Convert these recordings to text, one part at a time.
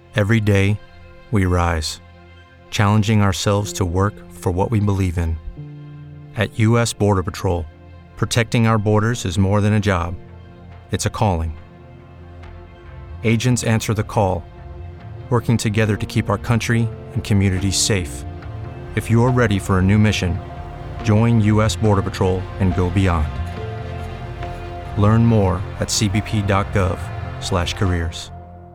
Every day, we rise, challenging ourselves to work for what we believe in. At U.S. Border Patrol, protecting our borders is more than a job. It's a calling. Agents answer the call, working together to keep our country and communities safe. If you're ready for a new mission, join U.S. Border Patrol and go beyond. Learn more at cbp.gov/careers.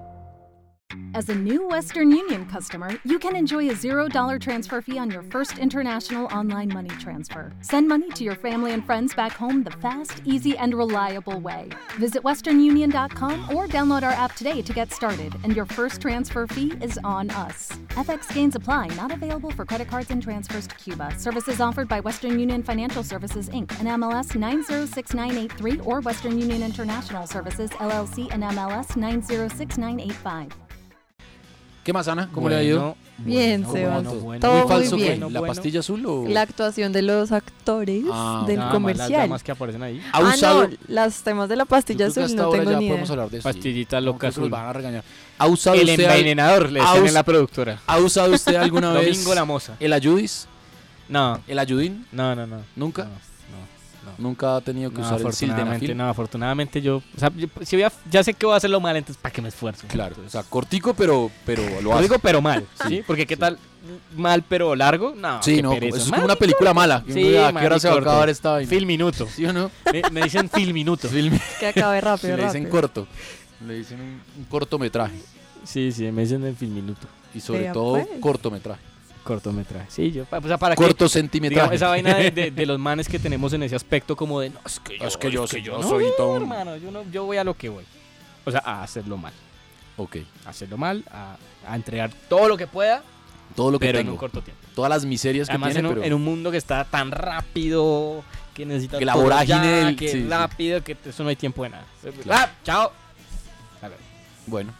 As a new Western Union customer, you can enjoy a $0 transfer fee on your first international online money transfer. Send money to your family and friends back home the fast, easy, and reliable way. Visit westernunion.com or download our app today to get started, and your first transfer fee is on us. FX gains apply, not available for credit cards and transfers to Cuba. Services offered by Western Union Financial Services, Inc., and MLS 906983, or Western Union International Services, LLC, and MLS 906985. ¿Qué más, Ana? ¿Cómo le ha ido? Bien, Sebas. Todo ¿Muy falso muy bien. ¿La pastilla azul o...? La actuación de los actores del comercial. Las damas que aparecen ahí. No, las temas de la pastilla azul no tengo ni idea. Pastillita loca azul. Van a regañar. ¿Ha usado el usted envenenador, le decían en la productora. ¿Ha usado usted alguna vez Domingo la Moza? el Ayudis? No. ¿El Ayudín? No. ¿Nunca? No. ¿Nunca ha tenido que usar el sildenafil? No, afortunadamente yo... O sea, si ya sé que voy a hacerlo mal, entonces ¿para qué me esfuerzo? Claro, o sea, cortico, pero lo hace. Digo, pero mal, ¿sí? Porque ¿qué tal mal pero largo? No, sí, no, pereza. eso es como una película mala. Sí, ¿a qué hora se va a acabar esta vaina? Film minuto. ¿Sí o no? Me dicen film minuto. Que acabe rápido, Le dicen corto. Le dicen un cortometraje. Sí, me dicen en film minuto. Y sobre todo cortometraje. Cortometraje. Sí, yo, o sea, para corto que, centimetraje. Digamos, esa vaina de los manes que tenemos en ese aspecto como de, no, es que yo no soy todo hermano, yo voy a lo que voy. O sea, a hacerlo mal. Ok. A hacerlo mal, a entregar todo lo que pueda, todo lo que pero tengo. en un corto tiempo. Todas las miserias que además, tiene, en un mundo que está tan rápido, que necesita que la vorágine ya, que rápido, que eso no hay tiempo de nada. Claro. Chao. Bueno,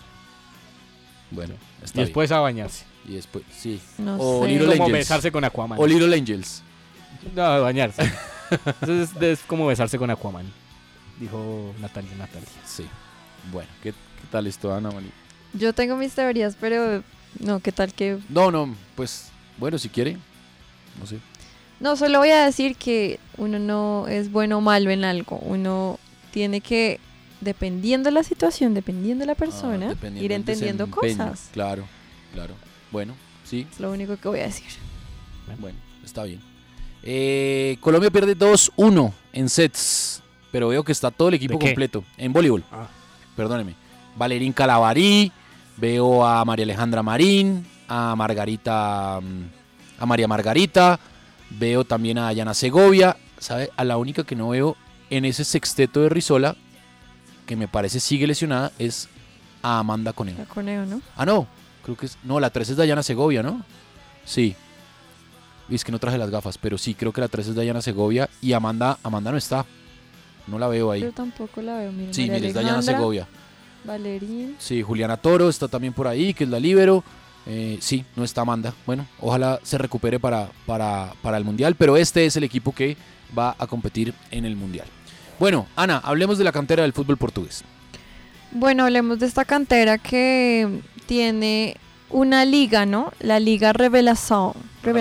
está y después bien. a bañarse. Y después, sí. No o sé. Little como Angels. besarse con Aquaman. O Little Angels. No, bañarse. Eso es como besarse con Aquaman, dijo Natalia. Sí. Bueno, ¿qué tal esto, Ana María? Yo tengo mis teorías, pero no, ¿qué tal que...? No, pues, bueno, si quiere, no sé. No, solo voy a decir que uno no es bueno o malo en algo. Uno tiene que, dependiendo de la situación, dependiendo de la persona, ir entendiendo cosas. Claro. Bueno, sí. Es lo único que voy a decir. Bueno, está bien. Colombia pierde 2-1 en sets, pero veo que está todo el equipo completo en voleibol. Perdóneme. Valerín Calavarí, veo a María Alejandra Marín, a María Margarita, veo también a Dayana Segovia. ¿Sabe? A la única que no veo en ese sexteto de Rizola, que me parece sigue lesionada, es a Amanda Conejo. La Conejo, ¿no? Ah, no. Creo que es... No, la 3 es Dayana Segovia, ¿no? Sí. Y es que no traje las gafas, pero sí, creo que la 3 es Dayana Segovia y Amanda no está. No la veo ahí. Yo tampoco la veo. Mira, sí, mire, es Dayana Segovia. Valerín. Sí, Juliana Toro está también por ahí, que es la líbero. Sí, no está Amanda. Bueno, ojalá se recupere para el Mundial, pero este es el equipo que va a competir en el Mundial. Bueno, Ana, hablemos de la cantera del fútbol portugués. Bueno, hablemos de esta cantera que tiene una liga, ¿no? La Liga Revelação.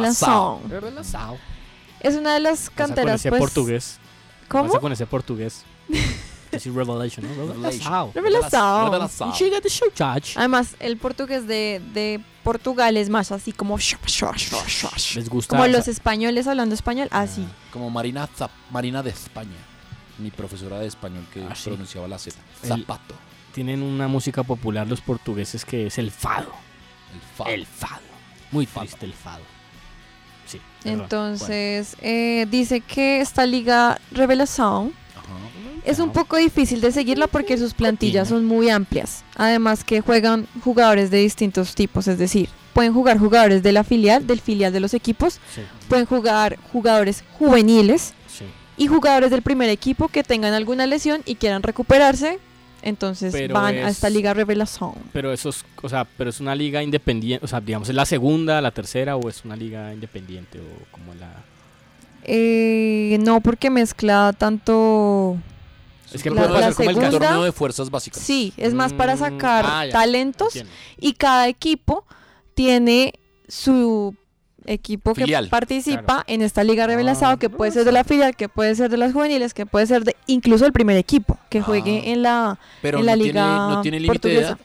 Es una de las canteras, con ese portugués. ¿Cómo? Pasa con ese portugués. Decir Revelation, ¿no? Revelação. You got the show, Judge. Además, el portugués de Portugal es más así como... Les gusta. Como los españoles hablando español, así. Como Marina de España, mi profesora de español que pronunciaba la Z. Zapato. Tienen una música popular los portugueses que es el fado. El fado. Muy triste el fado. Sí. Entonces, dice que esta Liga Revelação es un poco difícil de seguirla porque sus plantillas son muy amplias. Además que juegan jugadores de distintos tipos, es decir, pueden jugar jugadores de la filial, del filial de los equipos, pueden jugar jugadores juveniles y jugadores del primer equipo que tengan alguna lesión y quieran recuperarse. Entonces van a esta Liga Revelação. Pero eso es, pero es una liga independiente, o sea, digamos, ¿es la segunda, la tercera o es una liga independiente o como la...? No, porque mezcla tanto Es que La puede pasar como el un segunda- torneo de fuerzas básicas. Sí, es más para sacar ya, talentos entiendo. y cada equipo tiene su equipo Filial. que participa Claro. en esta liga revelación, que puede ser de la filial, que puede ser de las juveniles, que puede ser de incluso el primer equipo que juegue en la Pero en la no liga no tiene límite de edad. portuguesa.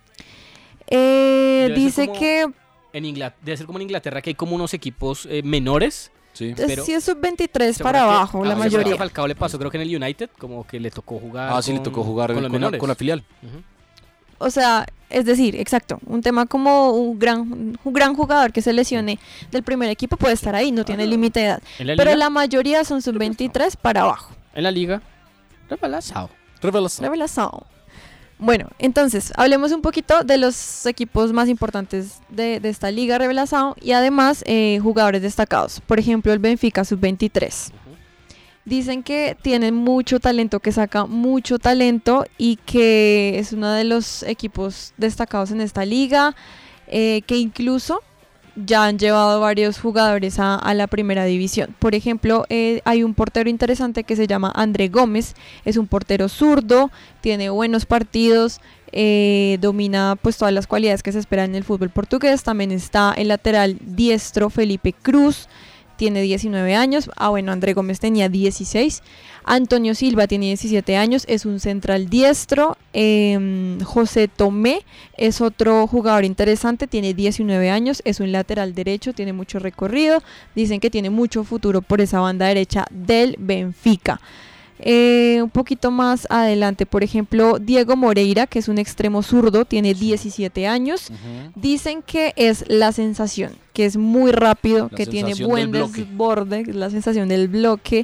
Debe ser Dice como- que Debe ser como en Inglaterra que hay como unos equipos menores. Sí. pero- sí es sub-23 ¿Se para acuerda que abajo, la a mayoría. Falcao le pasó, creo que en el United, como que le tocó jugar. Sí, le tocó jugar con los menores. con la filial. Ujú. O sea, es decir, exacto, un tema como un gran jugador que se lesione del primer equipo puede estar ahí, no tiene límite de edad. En la Pero liga, la mayoría son sub-23 para abajo. en la liga, rebalazado. Revelación. Bueno, entonces, hablemos un poquito de los equipos más importantes de esta liga revelación y además jugadores destacados. Por ejemplo, el Benfica sub-23. Dicen que tienen mucho talento, que saca mucho talento y que es uno de los equipos destacados en esta liga, que incluso ya han llevado varios jugadores a la primera división. Por ejemplo, hay un portero interesante que se llama André Gómez, es un portero zurdo, tiene buenos partidos, domina pues todas las cualidades que se esperan en el fútbol portugués. También está el lateral diestro Felipe Cruz, tiene 19 años. Bueno, André Gómez tenía 16. Antonio Silva tiene 17 años, es un central diestro. José Tomé es otro jugador interesante, tiene 19 años, es un lateral derecho, tiene mucho recorrido. Dicen que tiene mucho futuro por esa banda derecha del Benfica. Un poquito más adelante, por ejemplo, Diego Moreira, que es un extremo zurdo, tiene 17 años. Dicen que es la sensación, que es muy rápido, que tiene buen desborde, es la sensación del bloque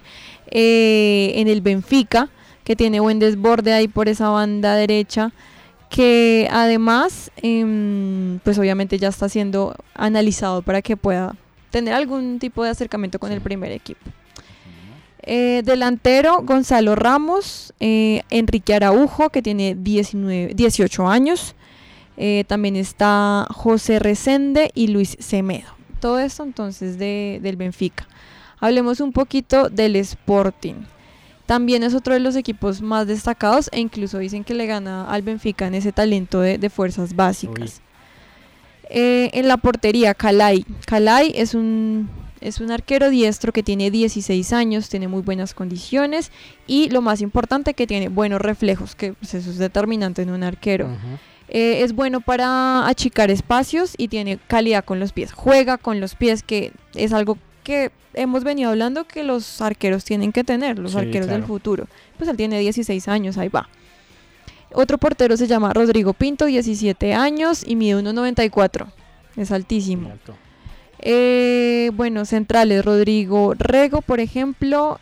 en el Benfica, que tiene buen desborde ahí por esa banda derecha, que además, pues obviamente ya está siendo analizado para que pueda tener algún tipo de acercamiento con el primer equipo. Delantero, Gonzalo Ramos, Enrique Araujo, que tiene 18 años. También está José Resende y Luis Semedo. Todo esto entonces del Benfica. Hablemos un poquito del Sporting. También es otro de los equipos más destacados e incluso dicen que le gana al Benfica en ese talento de fuerzas básicas. En la portería, Calai. Calai es un arquero diestro que tiene 16 años, tiene muy buenas condiciones y lo más importante, que tiene buenos reflejos, que pues, eso es determinante en un arquero. Es bueno para achicar espacios y tiene calidad con los pies. Juega con los pies, que es algo que hemos venido hablando que los arqueros tienen que tener, los arqueros del futuro. Pues él tiene 16 años, ahí va. Otro portero se llama Rodrigo Pinto, 17 años y mide 1,94. Es altísimo. Bueno, centrales, Rodrigo Rego, por ejemplo.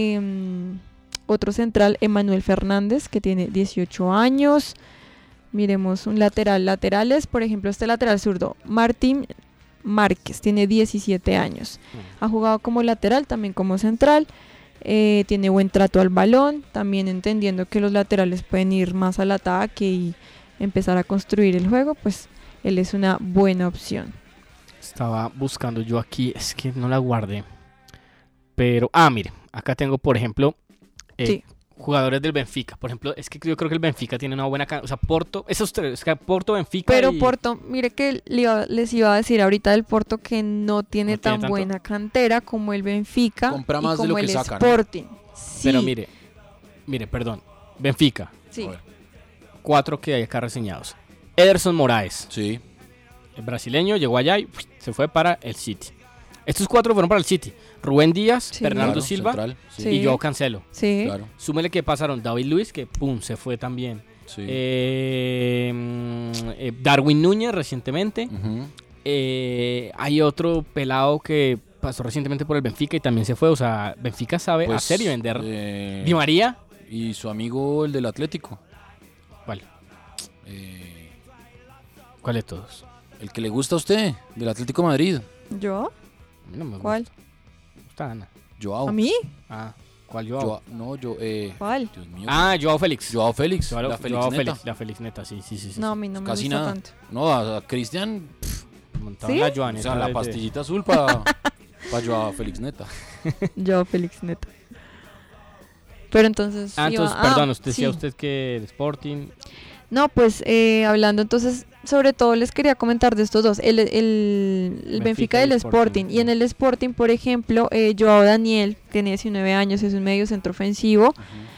Otro central, Emanuel Fernández, que tiene 18 años. Miremos un laterales, por ejemplo, este lateral zurdo, Martín Márquez, tiene 17 años. Ha jugado como lateral, también como central. Tiene buen trato al balón, también entendiendo que los laterales pueden ir más al ataque y empezar a construir el juego, pues él es una buena opción. Estaba buscando yo aquí, es que no la guardé. Pero, mire, acá tengo, por ejemplo, jugadores del Benfica. Por ejemplo, es que yo creo que el Benfica tiene una buena... O sea, Porto, esos tres, es que Porto, Benfica Pero Porto, mire que les iba a decir ahorita del Porto que no tiene tan buena cantera como el Benfica. Compra más y como de lo que el sacan. Sporting. Sí. Pero mire, perdón. Benfica. Sí. 4 que hay acá reseñados. Ederson Moraes. Sí. El brasileño llegó allá y se fue para el City. Estos 4 fueron para el City. Rubén Díaz, Bernardo Silva central, y Joao Cancelo. Sí. Claro. Súmele que pasaron David Luiz, que se fue también. Sí. Darwin Núñez recientemente. Hay otro pelado que pasó recientemente por el Benfica y también se fue. O sea, Benfica sabe hacer y vender. Di María. Y su amigo, el del Atlético. ¿Cuál? ¿Cuál de todos? El que le gusta a usted, del Atlético de Madrid. ¿Yo? No me ¿Cuál? gusta. Me gusta Ana. Joao. ¿A mí? ¿Cuál Joao? ¿Cuál? Dios mío. Joao Félix. Joao Félix. Joao La Félix neta. La Félix neta, sí. No, a mí no me Casi gusta nada. tanto. No, a Cristian, Montaban ¿Sí? la o Joaneta sea, la desde- pastillita azul para Joao Félix neta. Yo, Félix Neto. Pero entonces... perdón, usted sí. decía usted que el Sporting... No, pues hablando entonces, sobre todo les quería comentar de estos dos, el Benfica y el Sporting. Y en el Sporting, por ejemplo, Joao Daniel, tiene 19 años, es un medio centro ofensivo.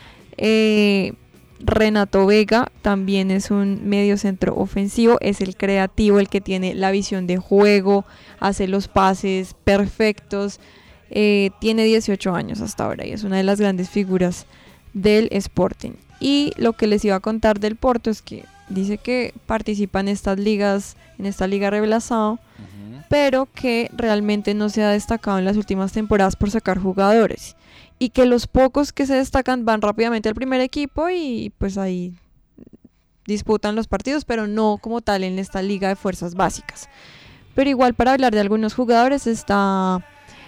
Renato Vega también es un medio centro ofensivo, es el creativo, el que tiene la visión de juego, hace los pases perfectos, tiene 18 años hasta ahora y es una de las grandes figuras del Sporting. Y lo que les iba a contar del Porto es que dice que participa en estas ligas, en esta Liga Revelação, pero que realmente no se ha destacado en las últimas temporadas por sacar jugadores. Y que los pocos que se destacan van rápidamente al primer equipo y pues ahí disputan los partidos, pero no como tal en esta liga de fuerzas básicas. Pero igual para hablar de algunos jugadores está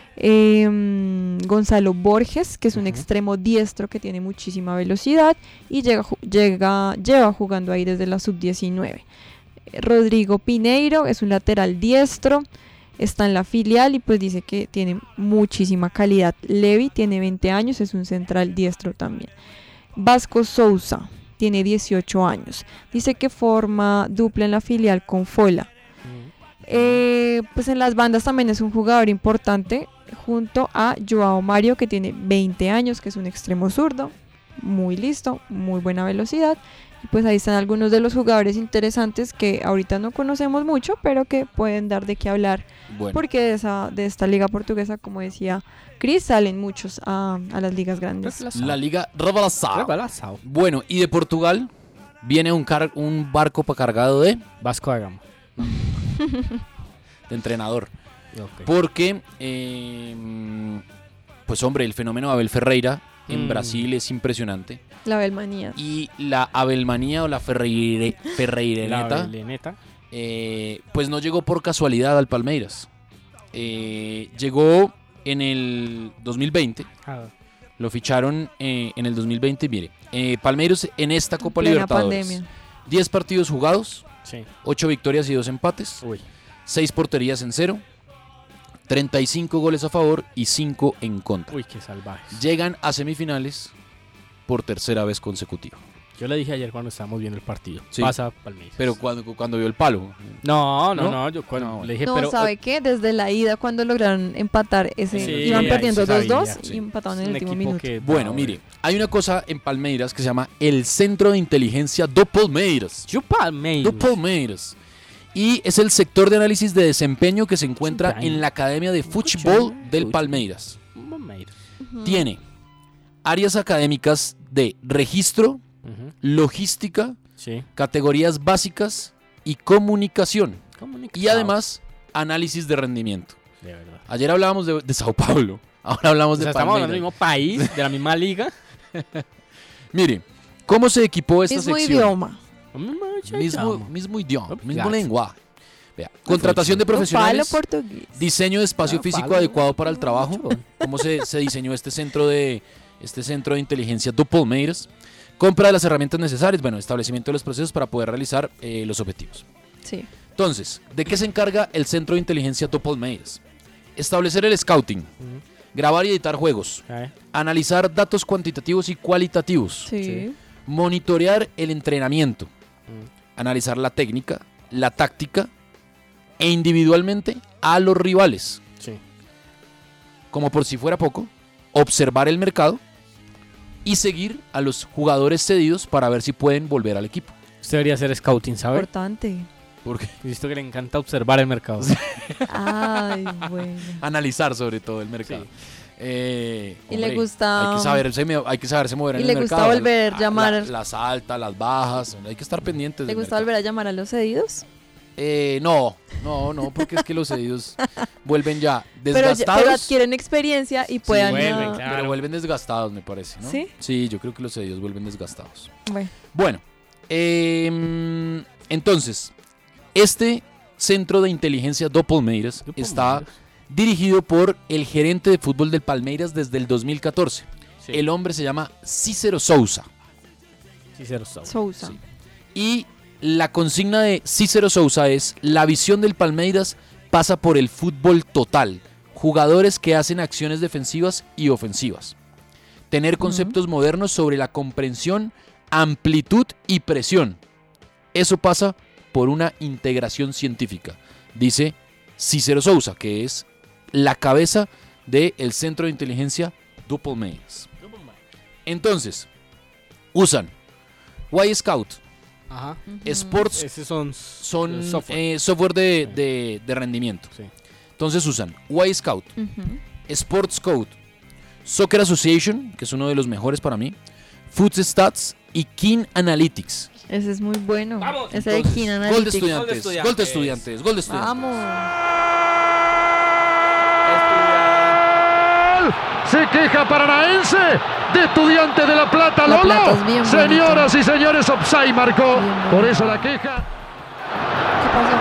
Gonzalo Borges, que es un extremo diestro que tiene muchísima velocidad y lleva jugando ahí desde la sub-19. Rodrigo Pineiro es un lateral diestro, está en la filial y pues dice que tiene muchísima calidad. Levi tiene 20 años, es un central diestro también. Vasco Sousa tiene 18 años, dice que forma dupla en la filial con Fola. Pues en las bandas también es un jugador importante junto a Joao Mario, que tiene 20 años, que es un extremo zurdo, muy listo, muy buena velocidad. Y pues ahí están algunos de los jugadores interesantes que ahorita no conocemos mucho, pero que pueden dar de qué hablar. Bueno. Porque de esta liga portuguesa, como decía Chris, salen muchos a las ligas grandes. La Liga Revelação. Bueno, y de Portugal viene un barco cargado de Vasco da Gama. De entrenador. Okay. Porque, pues hombre, el fenómeno de Abel Ferreira en Brasil es impresionante. La Abelmanía. Y la Abelmanía o la Ferreireneta, pues no llegó por casualidad al Palmeiras. Llegó en el 2020. Lo ficharon en el 2020. Mire, Palmeiras en esta Copa Libertadores. Pandemia. 10 partidos jugados, 8 victorias y 2 empates, 6 porterías en 0, 35 goles a favor y 5 en contra. Uy, qué salvajes. Llegan a semifinales por tercera vez consecutiva. Yo le dije ayer cuando estábamos viendo el partido. Sí. Pasa Palmeiras. Pero cuando vio el palo. No. Yo cuando le dije, no, pero ¿sabe qué? Desde la ida cuando lograron empatar iban perdiendo 2-2 y empataron en el último minuto. Bueno, mire, hay una cosa en Palmeiras que se llama el Centro de Inteligencia do Palmeiras. Y es el sector de análisis de desempeño que se encuentra en la Academia de Fútbol del Palmeiras. Tiene áreas académicas de registro, logística, categorías básicas y comunicación. Y además análisis de rendimiento. De verdad. Ayer hablábamos de Sao Paulo, ahora hablamos de Palmeiras. Estamos hablando del mismo país, de la misma liga. Mire, ¿cómo se equipó esta sección? Mismo idioma, mismo lenguaje. Vea, contratación de profesionales, diseño de espacio físico adecuado para el trabajo, cómo se diseñó este centro de inteligencia do Palmeiras, compra de las herramientas necesarias, establecimiento de los procesos para poder realizar los objetivos. Sí. Entonces, ¿de qué se encarga el centro de inteligencia do Palmeiras? Establecer el scouting, grabar y editar juegos, analizar datos cuantitativos y cualitativos, monitorear el entrenamiento, analizar la técnica, la táctica e individualmente a los rivales. Como por si fuera poco, observar el mercado y seguir a los jugadores cedidos para ver si pueden volver al equipo. Usted debería hacer scouting, ¿sabe? Importante. ¿Por qué? He visto que le encanta observar el mercado. Ay, bueno. Analizar sobre todo el mercado. Y le gusta... Hay que saberse mover en el mercado. Y le gusta volver a llamar... Las altas, las bajas, hay que estar pendientes. ¿Le gusta volver a llamar a los cedidos? No, porque es que los cedidos vuelven ya desgastados. Pero adquieren experiencia y puedan... vuelven, claro. Pero vuelven desgastados, me parece, ¿no? ¿Sí? Sí, yo creo que los cedidos vuelven desgastados. Bueno. Entonces, este centro de inteligencia do Palmeiras está dirigido por el gerente de fútbol del Palmeiras desde el 2014. El hombre se llama Cícero Sousa. Sí. Y la consigna de Cícero Sousa es: la visión del Palmeiras pasa por el fútbol total, jugadores que hacen acciones defensivas y ofensivas. tener conceptos modernos sobre la comprensión, amplitud y presión. Eso pasa por una integración científica, dice Cícero Sousa, que es la cabeza del Centro de Inteligencia Doppelmayr. Entonces, usan Y-Scout, Sports, esos son software de rendimiento. Sí. Entonces usan Y-Scout, Sports Code, Soccer Association, que es uno de los mejores para mí, Food Stats y Keen Analytics. Ese es muy bueno. Vamos. Ese de Keen Analytics. Gol de estudiantes. Vamos. Se queja Paranaense de Estudiante de La Plata. La Lolo. Plata es bien Señoras y señores, offside marcó. Bien bonito. Por eso la queja. ¿Qué pasó?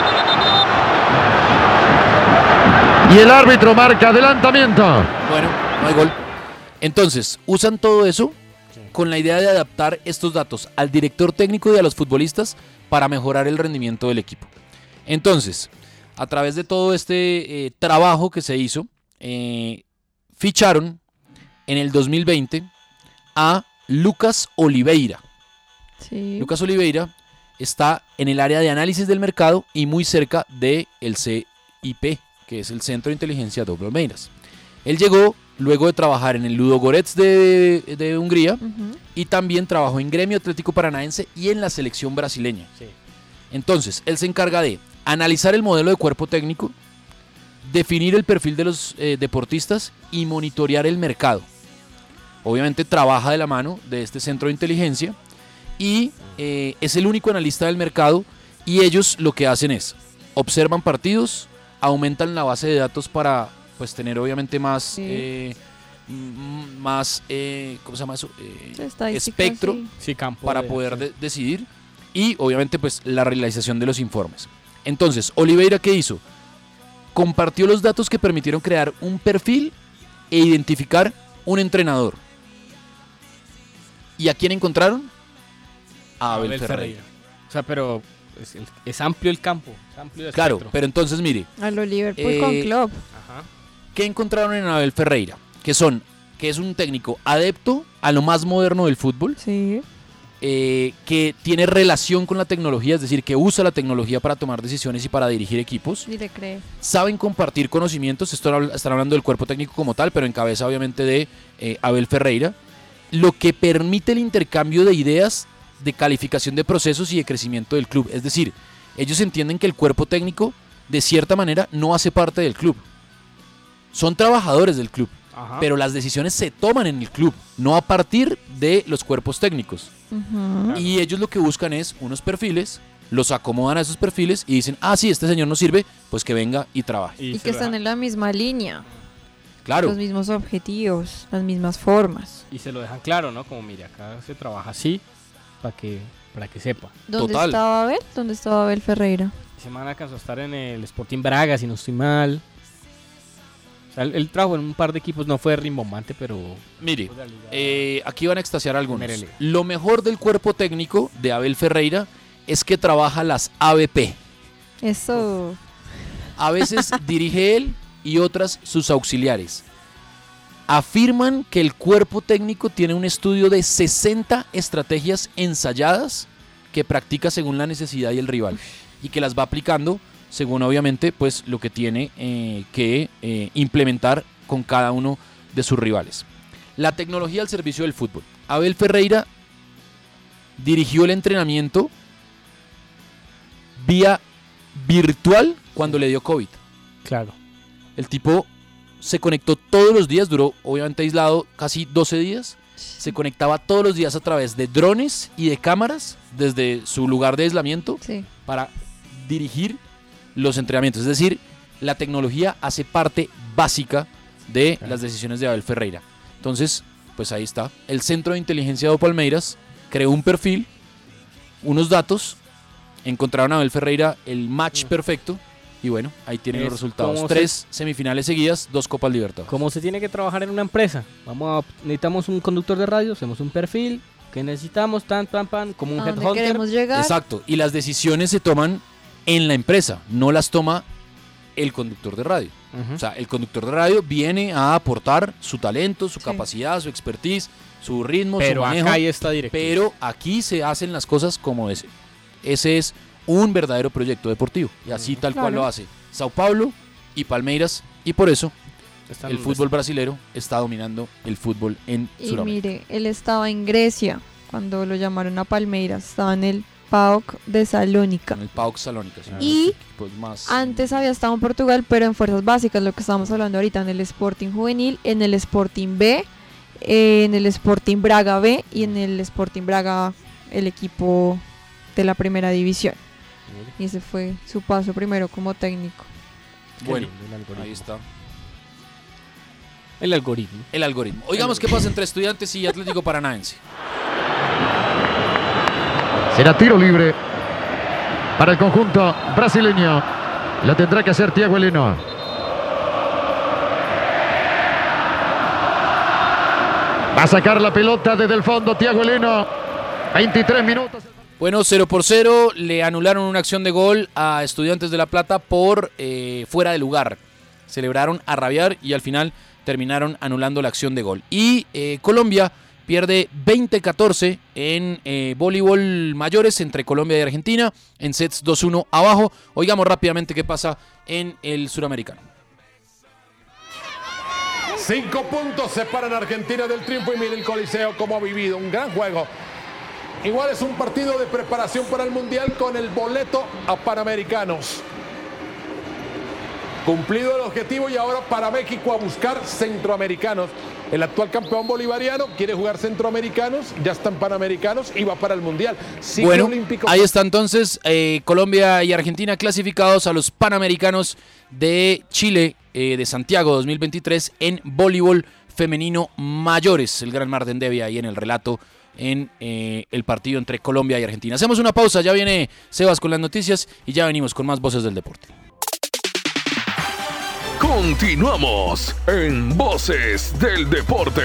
Y el árbitro marca adelantamiento. Bueno, no hay gol. Entonces, usan todo eso con la idea de adaptar estos datos al director técnico y a los futbolistas para mejorar el rendimiento del equipo. Entonces, a través de todo este trabajo que se hizo, ficharon en el 2020 a Lucas Oliveira. Sí. Lucas Oliveira está en el área de análisis del mercado y muy cerca del CIP, que es el Centro de Inteligencia Doppelmayr. Él llegó luego de trabajar en el Ludogorets de Hungría y también trabajó en Gremio Atlético Paranaense y en la selección brasileña. Sí. Entonces, él se encarga de analizar el modelo de cuerpo técnico, definir el perfil de los deportistas y monitorear el mercado. Obviamente trabaja de la mano de este centro de inteligencia y es el único analista del mercado, y ellos lo que hacen es observan partidos, aumentan la base de datos para pues tener obviamente más Sí. ¿cómo se llama eso? Estadística, Espectro sí. Sí, campo para de- poder sí. decidir, y obviamente pues la realización de los informes. Entonces, Oliveira, ¿qué hizo? Compartió los datos que permitieron crear un perfil e identificar un entrenador. ¿Y a quién encontraron? A Abel Ferreira. O sea, pero es amplio el campo, es amplio el Claro, espectro. pero entonces mire, A lo Liverpool con Klopp. Ajá. ¿qué encontraron en Abel Ferreira? Que es un técnico adepto a lo más moderno del fútbol, Sí. que tiene relación con la tecnología, es decir, que usa la tecnología para tomar decisiones y para dirigir equipos. Ni le cree. Saben compartir conocimientos, están hablando del cuerpo técnico como tal, pero en cabeza obviamente de Abel Ferreira, lo que permite el intercambio de ideas, de calificación de procesos y de crecimiento del club. Es decir, ellos entienden que el cuerpo técnico de cierta manera no hace parte del club. Son trabajadores del club, Ajá. pero las decisiones se toman en el club, no a partir de los cuerpos técnicos. Ujú. Y ellos lo que buscan es unos perfiles, los acomodan a esos perfiles y dicen, sí, este señor nos sirve, pues que venga y trabaje. Y se que lo están dejan- en la misma línea. Claro, Los mismos objetivos, las mismas formas. Y se lo dejan claro, ¿no? Como, mire, acá se trabaja así para que sepa. ¿Dónde Total. estaba Abel? ¿Dónde estaba Abel Ferreira? Ese man alcanzó a estar en el Sporting Braga, si no estoy mal. O sea, él trabajó en un par de equipos, no fue rimbombante, pero... mire, aquí van a extasiar algunos. Primera liga. Lo mejor del cuerpo técnico de Abel Ferreira es que trabaja las ABP. Eso. A veces dirige él y otras sus auxiliares. Afirman que el cuerpo técnico tiene un estudio de 60 estrategias ensayadas que practica según la necesidad y el rival, y que las va aplicando según obviamente pues lo que tiene que implementar con cada uno de sus rivales. La tecnología al servicio del fútbol. Abel Ferreira dirigió el entrenamiento vía virtual cuando le dio COVID. Claro. El tipo se conectó todos los días, duró obviamente aislado casi 12 días. Se conectaba todos los días a través de drones y de cámaras desde su lugar de aislamiento Sí. para dirigir los entrenamientos. Es decir, la tecnología hace parte básica de las decisiones de Abel Ferreira. Entonces, pues ahí está. El Centro de Inteligencia de Palmeiras creó un perfil, unos datos, encontraron a Abel Ferreira el match perfecto y bueno, ahí tienen los Es resultados. como 3 semifinales seguidas, 2 Copas Libertadores. ¿Cómo se tiene que trabajar en una empresa? Necesitamos un conductor de radio, hacemos un perfil, que necesitamos, como un ¿A dónde headhunter. queremos llegar? Exacto, y las decisiones se toman en la empresa, no las toma el conductor de radio. O sea, el conductor de radio viene a aportar su talento, su capacidad, su expertise, su ritmo, pero su manejo. Acá hay esta directriz. Pero aquí se hacen las cosas como ese. Ese es un verdadero proyecto deportivo. Y así tal cual lo hace Sao Paulo y Palmeiras. Y por eso el fútbol brasilero está dominando el fútbol en Sudamérica. Y mire, él estaba en Grecia cuando lo llamaron a Palmeiras. Estaba en el PAOK de Salónica. En el PAOK Salónica. Sí, y antes había estado en Portugal, pero en fuerzas básicas, lo que estamos hablando ahorita, en el Sporting Juvenil, en el Sporting B, en el Sporting Braga B y en el Sporting Braga, el equipo de la primera división. Y ese fue su paso primero como técnico. Bueno, ahí está. El algoritmo. El algoritmo. Oigamos qué pasa entre Estudiantes y Atlético Paranaense. Será tiro libre para el conjunto brasileño. Lo tendrá que hacer Thiago Heleno. Va a sacar la pelota desde el fondo Thiago Heleno. 23 minutos. Bueno, 0-0. Le anularon una acción de gol a Estudiantes de La Plata por fuera de lugar. Celebraron a rabiar y al final terminaron anulando la acción de gol. Y Colombia pierde 20-14 en voleibol mayores entre Colombia y Argentina, en sets 2-1 abajo. Oigamos rápidamente qué pasa en el suramericano. 5 puntos separan a Argentina del triunfo y mire el Coliseo cómo ha vivido un gran juego. Igual es un partido de preparación para el Mundial con el boleto a Panamericanos. Cumplido el objetivo y ahora para México a buscar centroamericanos. El actual campeón bolivariano quiere jugar centroamericanos, ya están panamericanos y va para el Mundial. Ciclo bueno, olímpico. Ahí está entonces Colombia y Argentina clasificados a los Panamericanos de Chile de Santiago 2023 en voleibol femenino mayores. El gran Martín Devia ahí en el relato en el partido entre Colombia y Argentina. Hacemos una pausa, ya viene Sebas con las noticias y ya venimos con más Voces del Deporte. Continuamos en Voces del Deporte.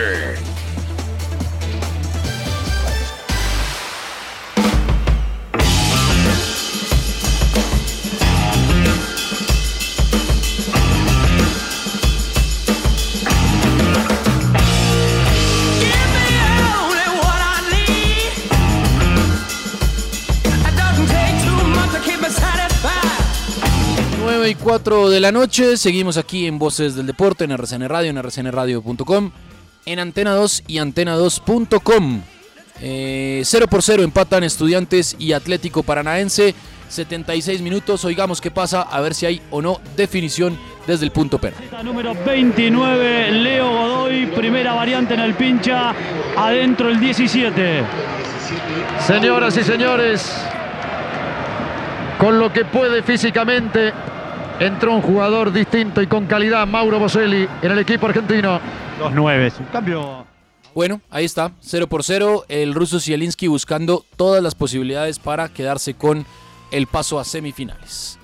Y 4 de la noche, seguimos aquí en Voces del Deporte, en RCN Radio, en rcnradio.com, en Antena 2 y antena2.com. 0-0 empatan Estudiantes y Atlético Paranaense, 76 minutos, oigamos qué pasa, a ver si hay o no definición desde el punto penal. Número 29, Leo Godoy, primera variante en el pincha, adentro el 17. Señoras y señores, con lo que puede físicamente, entró un jugador distinto y con calidad, Mauro Boselli, en el equipo argentino. 2-9, un cambio. Bueno, ahí está, 0-0, el ruso Zielinski buscando todas las posibilidades para quedarse con el paso a semifinales.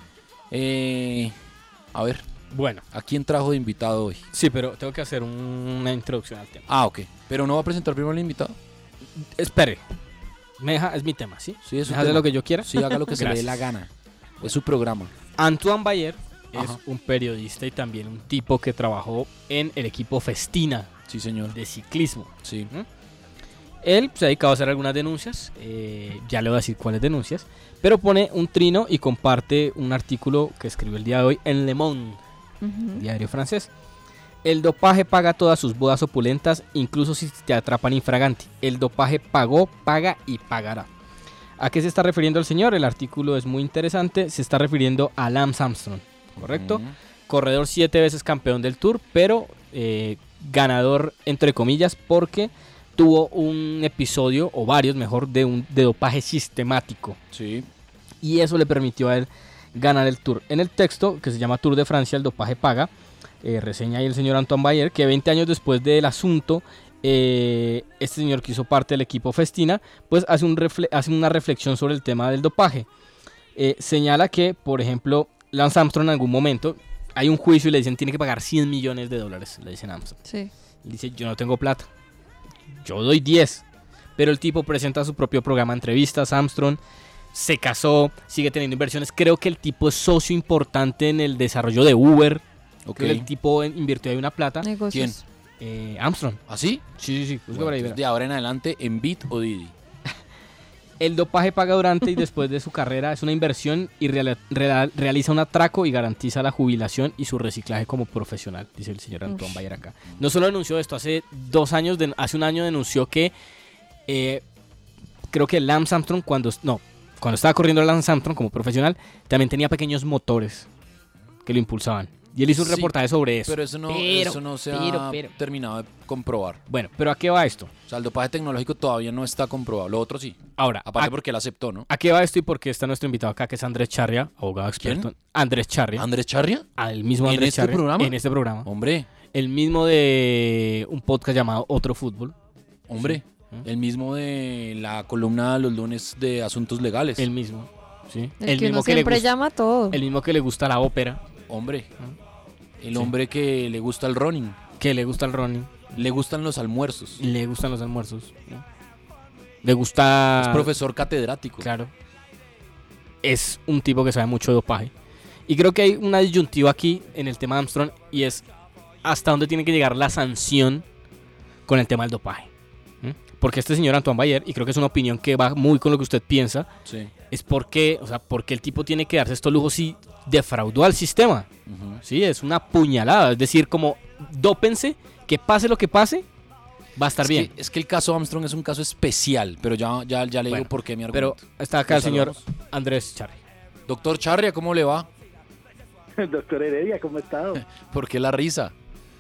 A ver, bueno, ¿a quién trajo de invitado hoy? Sí, pero tengo que hacer una introducción al tema. Ah, ok, pero ¿no va a presentar primero al invitado? Espere, es mi tema, ¿sí? Sí, es su tema. ¿Hace lo que yo quiera? Sí, haga lo que se le dé la gana, es su programa. Antoine Bayer es un periodista y también un tipo que trabajó en el equipo Festina, sí, señor, de ciclismo. Sí. Él se ha dedicado a hacer algunas denuncias, ya le voy a decir cuáles denuncias, pero pone un trino y comparte un artículo que escribió el día de hoy en Le Monde, diario francés. El dopaje paga todas sus bodas opulentas, incluso si te atrapan infraganti. El dopaje pagó, paga y pagará. ¿A qué se está refiriendo el señor? El artículo es muy interesante. Se está refiriendo a Lance Armstrong, ¿correcto? Corredor 7 veces campeón del Tour, pero ganador entre comillas porque tuvo un episodio, o varios mejor, de dopaje sistemático. Sí. Y eso le permitió a él ganar el Tour. En el texto, que se llama Tour de Francia, el dopaje paga, reseña ahí el señor Antoine Bayer, que 20 años después del asunto, este señor que hizo parte del equipo Festina, pues hace una reflexión sobre el tema del dopaje. Señala que, por ejemplo, Lance Armstrong en algún momento, hay un juicio y le dicen tiene que pagar $100 millones, le dicen a Armstrong. Sí. Y dice, yo no tengo plata, yo doy 10. Pero el tipo presenta su propio programa de entrevistas, Armstrong, se casó, sigue teniendo inversiones. Creo que el tipo es socio importante en el desarrollo de Uber. Creo que el tipo invirtió ahí una plata. Negocios. ¿Quién? Armstrong. ¿Ah, sí? Sí. Bueno, por ahí, de ahora en adelante, en Bit o Didi. El dopaje paga durante y después de su carrera, es una inversión y realiza un atraco y garantiza la jubilación y su reciclaje como profesional, dice el señor Antoine Bayer acá. No solo denunció esto, hace un año denunció que creo que Lance Armstrong cuando estaba corriendo Lance Armstrong como profesional, también tenía pequeños motores que lo impulsaban. Y él hizo un reportaje sobre eso. Pero eso no se ha terminado de comprobar. Bueno, pero ¿a qué va esto? O sea, el dopaje tecnológico todavía no está comprobado. Lo otro sí. Ahora, aparte porque él aceptó, ¿no? ¿A qué va esto y por qué está nuestro invitado acá, que es Andrés Charria, abogado experto? ¿Quién? Andrés Charria. ¿Andrés Charria? El mismo Andrés Charria. ¿Programa? En este programa. Hombre. El mismo de un podcast llamado Otro Fútbol. Hombre. Sí. El mismo de la columna los lunes de Asuntos Legales. El mismo. Sí. El que uno siempre llama todo. El mismo que le gusta la ópera. Hombre. El hombre que le gusta el running. Que le gusta el running. Le gustan los almuerzos. Le gustan los almuerzos. ¿No? Le gusta... Es profesor catedrático. Claro. Es un tipo que sabe mucho de dopaje. Y creo que hay una disyuntiva aquí en el tema de Armstrong y es hasta dónde tiene que llegar la sanción con el tema del dopaje. Porque este señor Antoine Bayer, y creo que es una opinión que va muy con lo que usted piensa, sí. Es porque el tipo tiene que darse estos lujos si defraudó al sistema. Sí, es una puñalada. Es decir, como dópense, que pase lo que pase, va a estar bien. Es que el caso Armstrong es un caso especial, pero ya le digo por qué mi argumento. Pero está acá el señor Andrés Charria. Doctor Charria, ¿cómo le va? Doctor Heredia, ¿cómo ha estado? ¿Por qué la risa?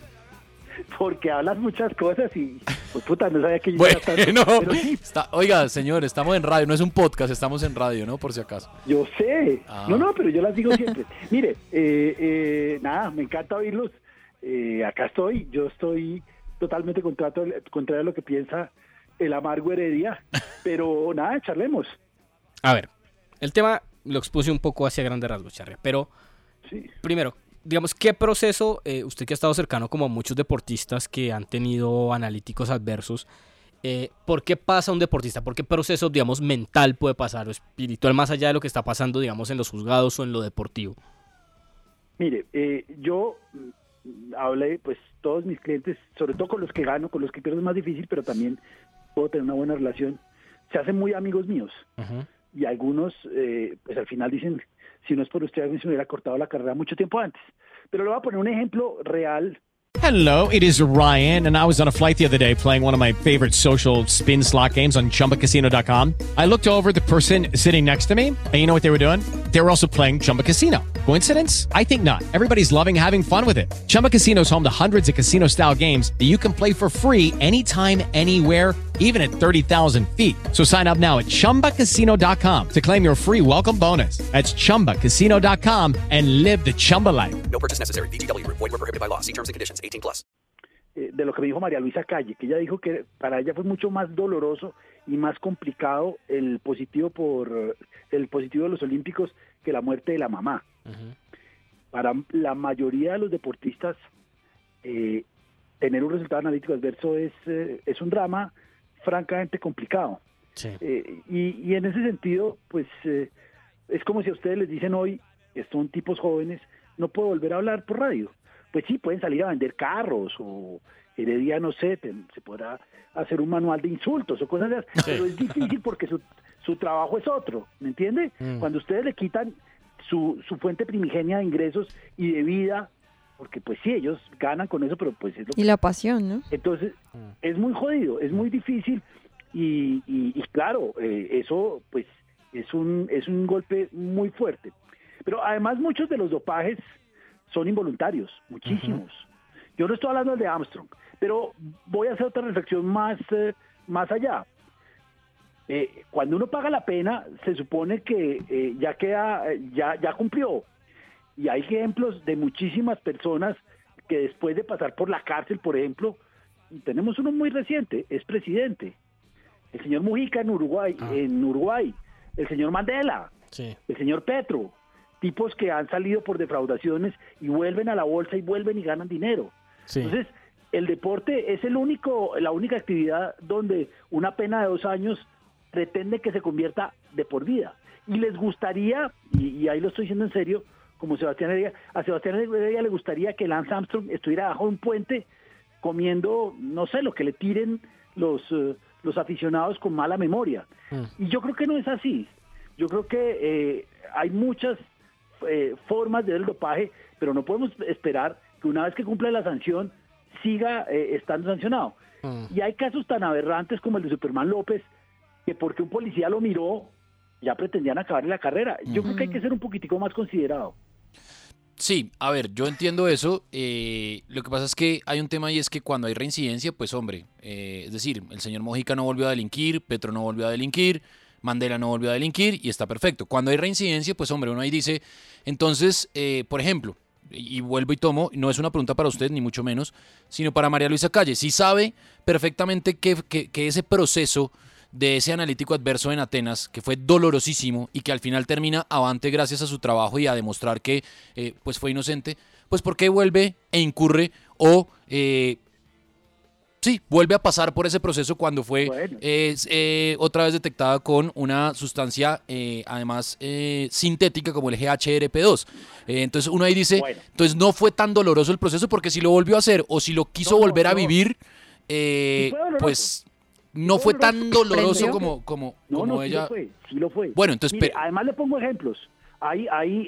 Porque hablas muchas cosas y pues puta, no sabía que yo bueno, pero sí. Oiga, señor, estamos en radio, no es un podcast, estamos en radio, ¿no? Por si acaso. Yo sé. No, pero yo las digo siempre. Mire, nada, me encanta oírlos. Acá estoy, yo estoy totalmente contrario a lo que piensa el amargo Heredia, pero nada, charlemos. A ver, el tema lo expuse un poco hacia grandes rasgos, Charria, pero sí. Primero, digamos, ¿qué proceso, usted que ha estado cercano como a muchos deportistas que han tenido analíticos adversos, ¿por qué pasa un deportista? ¿Por qué proceso, digamos, mental puede pasar o espiritual más allá de lo que está pasando, digamos, en los juzgados o en lo deportivo? Mire, yo hablé, pues, todos mis clientes, sobre todo con los que gano, con los que pierdo es más difícil, pero también puedo tener una buena relación, se hacen muy amigos míos. Y algunos, pues, al final dicen... Si no es por usted, a mí se me hubiera cortado la carrera mucho tiempo antes. Pero le voy a poner un ejemplo real. Hello, it is Ryan, and I was on a flight the other day playing one of my favorite social spin slot games on ChumbaCasino.com. I looked over at the person sitting next to me, and you know what they were doing? They were also playing Chumba Casino. Coincidence? I think not. Everybody's loving having fun with it. Chumba Casino is home to hundreds of casino-style games that you can play for free anytime, anywhere, even at 30,000 feet. So sign up now at ChumbaCasino.com to claim your free welcome bonus. That's ChumbaCasino.com and live the Chumba life. No purchase necessary. VGW. Void where prohibited by law. See terms and conditions. 18+. De lo que me dijo María Luisa Calle, que ella dijo que para ella fue mucho más doloroso y más complicado el positivo de los olímpicos que la muerte de la mamá. Para la mayoría de los deportistas, tener un resultado analítico adverso es un drama francamente complicado. Sí. Y en ese sentido, pues es como si a ustedes les dicen hoy, que son tipos jóvenes, no puedo volver a hablar por radio. Pues sí, pueden salir a vender carros o Heredia, no sé, se podrá hacer un manual de insultos o cosas así, pero es difícil porque su trabajo es otro, ¿me entiende? Cuando ustedes le quitan su fuente primigenia de ingresos y de vida, porque pues sí, ellos ganan con eso, pero pues es lo que... Y la pasión, ¿no? Entonces, es muy jodido, es muy difícil y claro, eso pues es un golpe muy fuerte. Pero además muchos de los dopajes son involuntarios, muchísimos. Yo no estoy hablando de Armstrong, pero voy a hacer otra reflexión más allá. Cuando uno paga la pena, se supone que ya cumplió. Y hay ejemplos de muchísimas personas que después de pasar por la cárcel, por ejemplo, tenemos uno muy reciente, es presidente. El señor Mujica en Uruguay, el señor Mandela, el señor Petro. Tipos que han salido por defraudaciones y vuelven a la bolsa y vuelven y ganan dinero. Sí. Entonces, el deporte es la única actividad donde una pena de 2 años pretende que se convierta de por vida. Y les gustaría, y ahí lo estoy diciendo en serio, como Sebastián Heredia, a Sebastián Heredia le gustaría que Lance Armstrong estuviera bajo un puente comiendo, no sé, lo que le tiren los aficionados con mala memoria. Y yo creo que no es así. Yo creo que hay muchas formas de ver el dopaje, pero no podemos esperar que una vez que cumple la sanción siga estando sancionado. Y hay casos tan aberrantes como el de Superman López, que porque un policía lo miró, ya pretendían acabarle la carrera. Yo creo que hay que ser un poquitico más considerado. Sí, a ver, yo entiendo eso. Lo que pasa es que hay un tema y es que cuando hay reincidencia, pues hombre, es decir, el señor Mojica no volvió a delinquir, Petro no volvió a delinquir, Mandela no volvió a delinquir y está perfecto. Cuando hay reincidencia, pues hombre, uno ahí dice, entonces, por ejemplo, y vuelvo y tomo, no es una pregunta para usted ni mucho menos, sino para María Luisa Calle. Si sabe perfectamente que ese proceso de ese analítico adverso en Atenas, que fue dolorosísimo y que al final termina avante gracias a su trabajo y a demostrar que pues fue inocente, pues ¿por qué vuelve e incurre o vuelve a pasar por ese proceso cuando fue otra vez detectada con una sustancia además sintética como el GHRP2? Entonces uno ahí dice, entonces no fue tan doloroso el proceso, porque si lo volvió a hacer o si lo quiso volver a vivir, pues no fue tan doloroso como ella. Sí lo fue. Bueno, entonces, mire, además le pongo ejemplos. Hay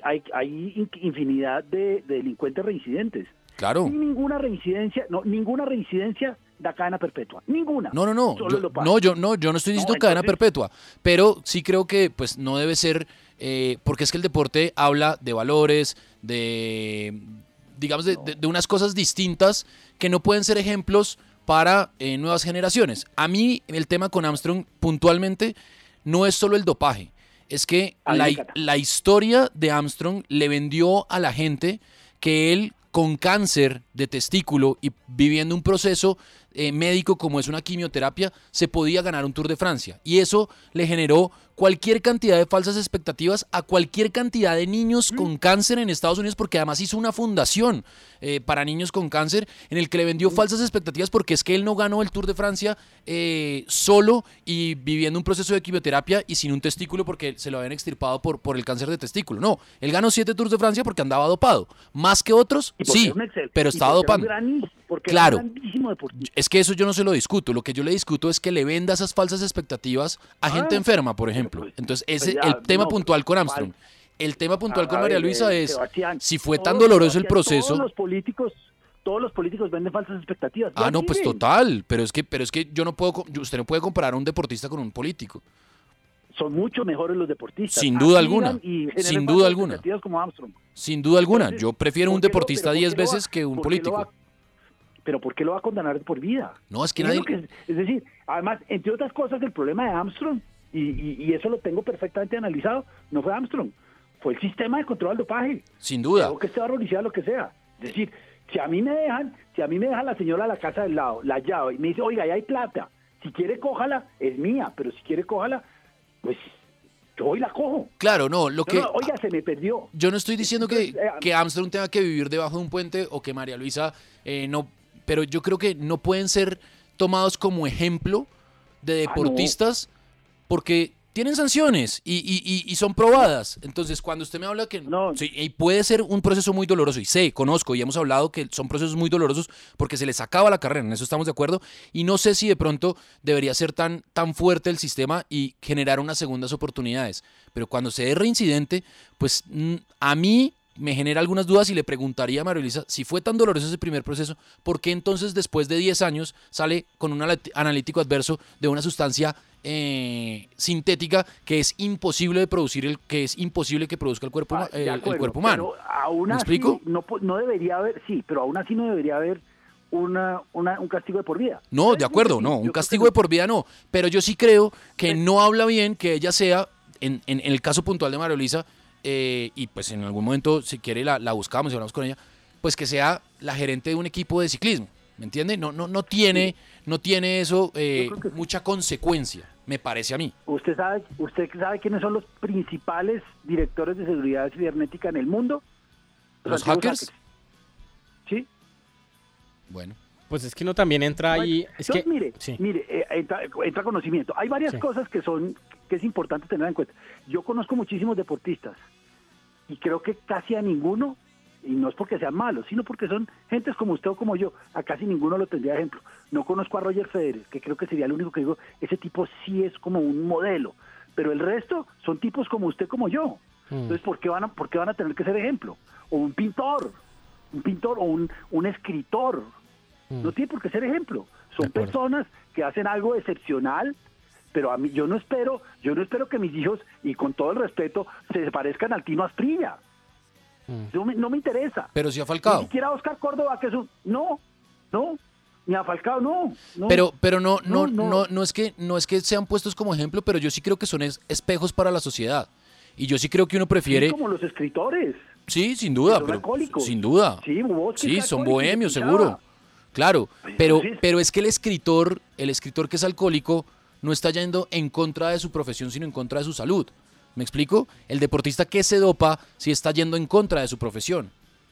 infinidad de delincuentes reincidentes. Claro. Ninguna reincidencia da cadena perpetua. Ninguna. No. Yo no estoy diciendo cadena perpetua, pero sí creo que pues no debe ser, porque es que el deporte habla de valores, de unas cosas distintas que no pueden ser ejemplos para nuevas generaciones. A mí el tema con Armstrong puntualmente no es solo el dopaje, es que la historia de Armstrong le vendió a la gente que él, con cáncer de testículo y viviendo un proceso médico como es una quimioterapia, se podía ganar un Tour de Francia, y eso le generó cualquier cantidad de falsas expectativas a cualquier cantidad de niños con cáncer en Estados Unidos, porque además hizo una fundación para niños con cáncer en el que le vendió falsas expectativas, porque es que él no ganó el Tour de Francia solo y viviendo un proceso de quimioterapia y sin un testículo porque se lo habían extirpado por el cáncer de testículo. No, él ganó 7 Tours de Francia porque andaba dopado, más que otros, sí, pero estaba dopando. Claro, es que eso yo no se lo discuto. Lo que yo le discuto es que le venda esas falsas expectativas a gente enferma, por ejemplo. Entonces, el tema puntual con Armstrong. El tema puntual con María Luisa es, Sebastián, si fue tan doloroso el proceso... Todos los políticos venden falsas expectativas. No, pues total. Pero es que usted no puede comparar a un deportista con un político. Son mucho mejores los deportistas. Sin duda alguna. Sin duda alguna. Como Armstrong. Sin duda alguna. Yo prefiero un deportista 10 veces que un político. ¿Pero por qué lo va a condenar por vida? No, es que nadie... Es decir, además, entre otras cosas, el problema de Armstrong, y eso lo tengo perfectamente analizado, no fue Armstrong, fue el sistema de control del dopaje. Sin duda. O que esté barrorizado, lo que sea. Es decir, si a mí me deja la señora a la casa del lado, la llave, y me dice, oiga, ahí hay plata, si quiere cójala, es mía, pero si quiere cójala, pues... yo hoy la cojo. Claro, no, oiga, se me perdió. Yo no estoy diciendo que Armstrong tenga que vivir debajo de un puente o que María Luisa no, pero yo creo que no pueden ser tomados como ejemplo de deportistas porque tienen sanciones y son probadas. Entonces, cuando usted me habla que sí, y puede ser un proceso muy doloroso, y conozco y hemos hablado que son procesos muy dolorosos porque se les acaba la carrera, en eso estamos de acuerdo, y no sé si de pronto debería ser tan fuerte el sistema y generar unas segundas oportunidades. Pero cuando se es reincidente, pues a mí me genera algunas dudas y le preguntaría a María Luisa, si fue tan doloroso ese primer proceso, ¿por qué entonces después de 10 años sale con un analítico adverso de una sustancia sintética que es imposible de producir, que es imposible que produzca el cuerpo humano? Pero aún ¿Me así, explico? No debería haber, pero aún así no debería haber un castigo de por vida. No, de acuerdo, no, un castigo de por vida no, pero yo sí creo que no habla bien que ella sea, en el caso puntual de María Luisa, y pues en algún momento, si quiere, la buscamos y hablamos con ella, pues que sea la gerente de un equipo de ciclismo, ¿me entiende? No tiene eso mucha consecuencia, me parece a mí. ¿Usted sabe quiénes son los principales directores de seguridad cibernética en el mundo? ¿Los hackers? Sí. Bueno, Pues es que uno también entra ahí. Entra conocimiento. Hay varias cosas que es importante tener en cuenta. Yo conozco muchísimos deportistas y creo que casi a ninguno, y no es porque sean malos, sino porque son gentes como usted o como yo, a casi ninguno lo tendría de ejemplo. No conozco a Roger Federer, que creo que sería el único que digo, ese tipo sí es como un modelo, pero el resto son tipos como usted, como yo. Entonces, ¿por qué van a tener que ser ejemplo? O un pintor o un escritor. No tiene por qué ser ejemplo. Son personas que hacen algo excepcional, pero a mí yo no espero que mis hijos, y con todo el respeto, se parezcan al Tino Asprilla. No me interesa. Pero si a Falcao. Ni siquiera a Oscar Córdoba, que es un... No. Ni a Falcao, no. Pero no es que sean puestos como ejemplo, pero yo sí creo que son espejos para la sociedad. Y yo sí creo que uno prefiere... Sí, como los escritores. Sí, sin duda. Sin duda. Sí, son bohemios, seguro. Claro, pero es que el escritor que es alcohólico no está yendo en contra de su profesión, sino en contra de su salud. ¿Me explico? El deportista que se dopa sí está yendo en contra de su profesión.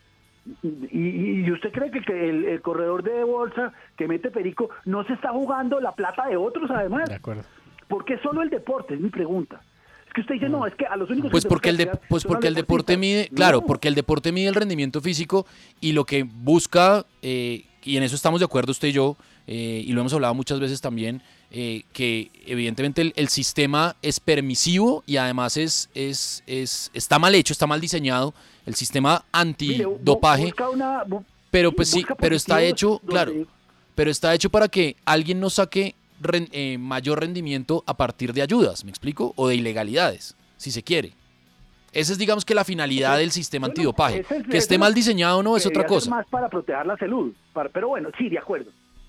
¿Y usted cree que el corredor de bolsa que mete perico no se está jugando la plata de otros, además? De acuerdo. ¿Por qué solo el deporte? Es mi pregunta. Es que usted dice, no, es que a los únicos... Porque el deporte mide, claro, porque el deporte mide el rendimiento físico y lo que busca, y en eso estamos de acuerdo usted y yo, y lo hemos hablado muchas veces también, que evidentemente el sistema es permisivo y además está mal hecho, está mal diseñado, el sistema antidopaje, pero pues sí, pero está hecho, claro, pero está hecho para que alguien no saque mayor rendimiento a partir de ayudas, ¿me explico? O de ilegalidades, si se quiere. Esa es, digamos, que la finalidad del sistema antidopaje. Que esté mal diseñado o no es otra cosa. Más para proteger la salud. Pero bueno, sí, de acuerdo.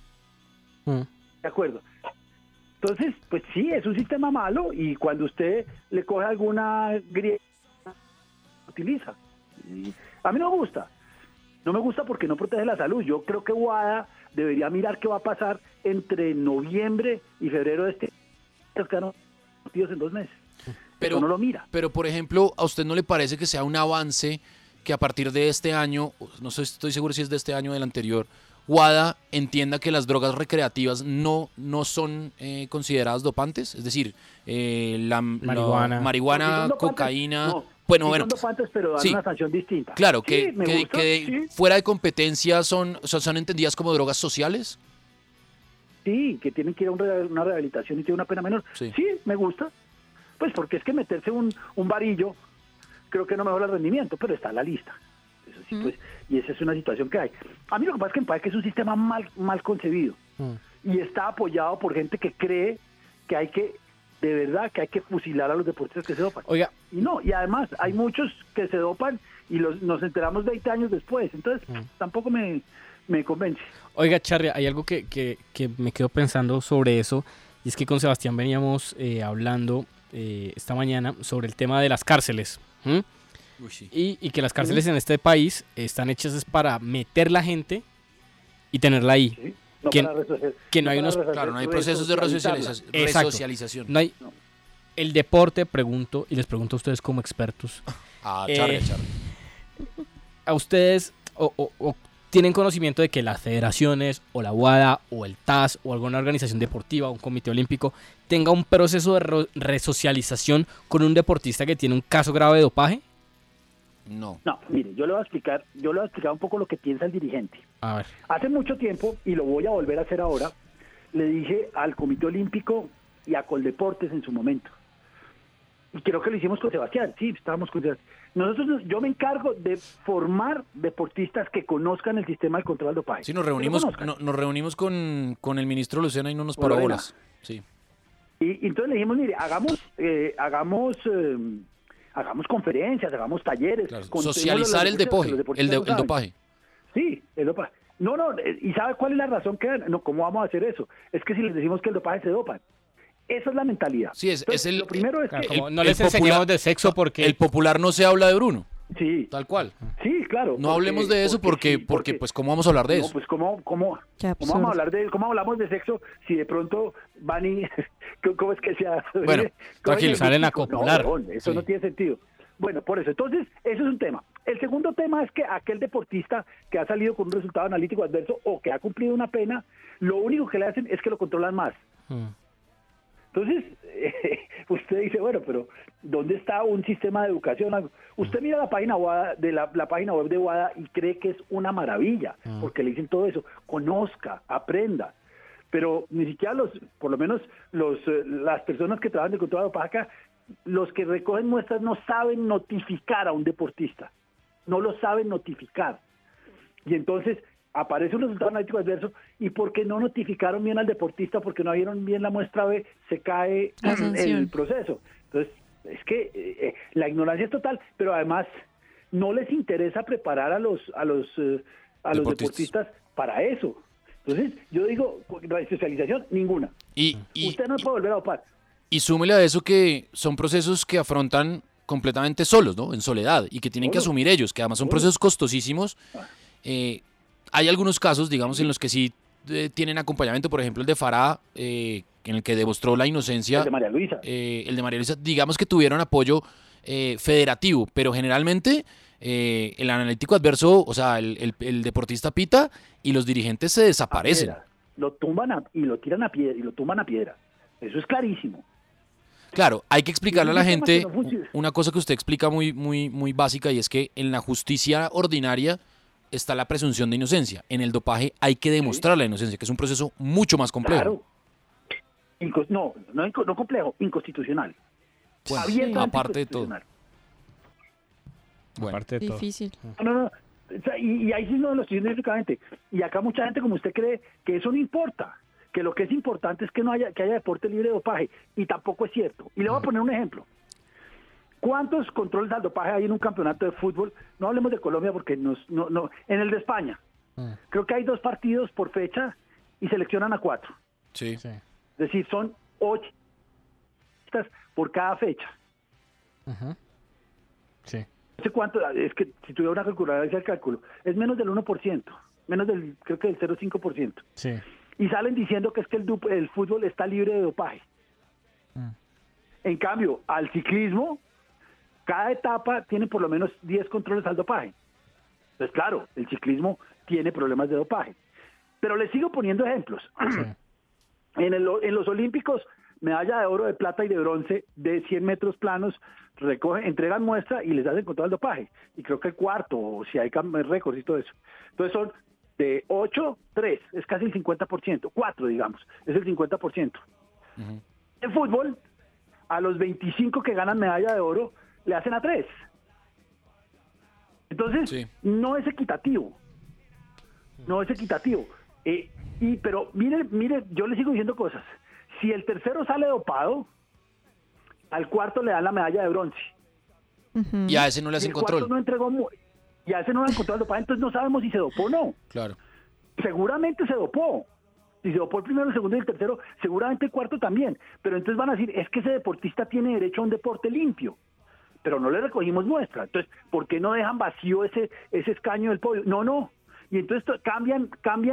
De acuerdo. Entonces, pues sí, es un sistema malo y cuando usted le coge alguna grieta, utiliza. A mí no me gusta. No me gusta porque no protege la salud. Yo creo que WADA debería mirar qué va a pasar entre noviembre y febrero de este año. Quedaron partidos en 2 meses. Pero no lo mira. Pero, por ejemplo, ¿a usted no le parece que sea un avance que a partir de este año, no estoy seguro si es de este año o del anterior, WADA entienda que las drogas recreativas no son consideradas dopantes? Es decir, la marihuana, cocaína... No. Bueno, son dopantes, pero dan una sanción distinta. Claro, que fuera de competencia son entendidas como drogas sociales. Sí, que tienen que ir a una rehabilitación y tienen una pena menor. Sí, me gusta. Pues porque es que meterse un varillo creo que no mejora el rendimiento, pero está en la lista. Eso sí, pues, y esa es una situación que hay. A mí lo que pasa es que me parece que es un sistema mal concebido y está apoyado por gente que cree que hay que fusilar a los deportistas que se dopan. Oiga. Y además hay muchos que se dopan y nos enteramos 20 años después. Entonces, tampoco me convence. Oiga, Charly, hay algo que me quedo pensando sobre eso, y es que con Sebastián veníamos hablando esta mañana sobre el tema de las cárceles. Y que las cárceles en este país están hechas para meter la gente y tenerla ahí. Sí. Que no hay unos... Claro, no hay procesos de resocialización. No hay... El deporte, pregunto, y les pregunto a ustedes como expertos. Charly. ¿A ustedes o tienen conocimiento de que las federaciones o la WADA o el TAS o alguna organización deportiva o un comité olímpico tenga un proceso de resocialización con un deportista que tiene un caso grave de dopaje? No, mire, yo le voy a explicar un poco lo que piensa el dirigente. A ver. Hace mucho tiempo, y lo voy a volver a hacer ahora, le dije al Comité Olímpico y a Coldeportes en su momento. Y creo que lo hicimos con Sebastián, sí, estábamos con Sebastián. Yo me encargo de formar deportistas que conozcan el sistema del control del dopaje. Sí, nos reunimos con el ministro Lucena y no nos paró bolas. Sí. Y entonces le dijimos, mire, hagamos conferencias, hagamos talleres. Claro, socializar el dopaje. Sí, el dopaje. No, ¿y sabe cuál es la razón que dan? No, ¿cómo vamos a hacer eso? Es que si les decimos que el dopaje se dopan. Esa es la mentalidad. Sí, lo primero es que... no les enseñamos de sexo porque... El popular no se habla de Bruno. Sí. Tal cual. Sí, claro. No hablemos de eso porque pues, ¿cómo vamos a hablar de eso? No, pues, ¿cómo vamos a hablar cómo hablamos de sexo si de pronto van y... ¿Cómo es que se hace? Bueno, tranquilo, salen a copular. No, eso no tiene sentido. Bueno, por eso. Entonces, eso es un tema. El segundo tema es que aquel deportista que ha salido con un resultado analítico adverso o que ha cumplido una pena, lo único que le hacen es que lo controlan más. Entonces, usted dice, bueno, pero ¿dónde está un sistema de educación? Usted mira la página web la página web de WADA y cree que es una maravilla, porque le dicen todo eso. Conozca, aprenda. Pero ni siquiera por lo menos las personas que trabajan de control de dopaje acá, los que recogen muestras no saben notificar a un deportista. No lo saben notificar. Y entonces aparece un resultado analítico adverso y porque no notificaron bien al deportista, porque no vieron bien la muestra B, se cae el proceso. Entonces, es que la ignorancia es total, pero además no les interesa preparar a los deportistas para eso. Entonces, yo digo, resocialización, ninguna. Usted no puede volver a dopar. Y súmele a eso que son procesos que afrontan completamente solos, ¿no? En soledad, y que tienen que asumir ellos, que además son procesos costosísimos. Hay algunos casos, digamos, en los que sí tienen acompañamiento, por ejemplo, el de Farah, en el que demostró la inocencia. El de María Luisa. Digamos que tuvieron apoyo federativo, pero generalmente el analítico adverso, o sea, el deportista pita y los dirigentes se desaparecen. Lo tumban y lo tiran a piedra, y lo tumban a piedra. Eso es clarísimo. Claro, hay que explicarle a la gente una cosa que usted explica muy, muy, muy básica, y es que en la justicia ordinaria está la presunción de inocencia. En el dopaje hay que demostrar la inocencia, que es un proceso mucho más complejo. Claro. No complejo, inconstitucional. Bueno, aparte de todo. Bueno, aparte de todo. Difícil. No. Y ahí sí no lo estoy diciendo específicamente. Y acá mucha gente como usted cree que eso no importa. Que lo que es importante es que haya deporte libre de dopaje, y tampoco es cierto. Y le voy a poner un ejemplo. ¿Cuántos controles al dopaje hay en un campeonato de fútbol? No hablemos de Colombia porque no. En el de España, creo que hay 2 partidos por fecha y seleccionan a 4. Sí. Es decir, son 8 por cada fecha. Sí. No sé cuánto, es que si tuviera una calculadora, decía el cálculo, es menos del 1%, creo que del 0,5%. Sí. Y salen diciendo que es que el fútbol está libre de dopaje. En cambio, al ciclismo, cada etapa tiene por lo menos 10 controles al dopaje. Entonces, claro, el ciclismo tiene problemas de dopaje. Pero les sigo poniendo ejemplos. Sí. En los Olímpicos, medalla de oro, de plata y de bronce de 100 metros planos, entregan muestra y les hacen control al dopaje. Y creo que el cuarto, o si hay récords y todo eso. Entonces son de 8, 3, es casi el 50%, 4 digamos, es el 50%. En fútbol, a los 25 que ganan medalla de oro, le hacen a 3. Entonces, no es equitativo. Pero mire, yo le sigo diciendo cosas. Si el tercero sale dopado, al cuarto le dan la medalla de bronce. Y a ese no le hacen control. Y a ese no le han control dopaje, entonces no sabemos si se dopó o no. Claro. Seguramente se dopó. Si se dopó el primero, el segundo y el tercero, seguramente el cuarto también. Pero entonces van a decir, es que ese deportista tiene derecho a un deporte limpio. Pero no le recogimos muestra. Entonces, ¿por qué no dejan vacío ese escaño del podio? No. Y entonces cambian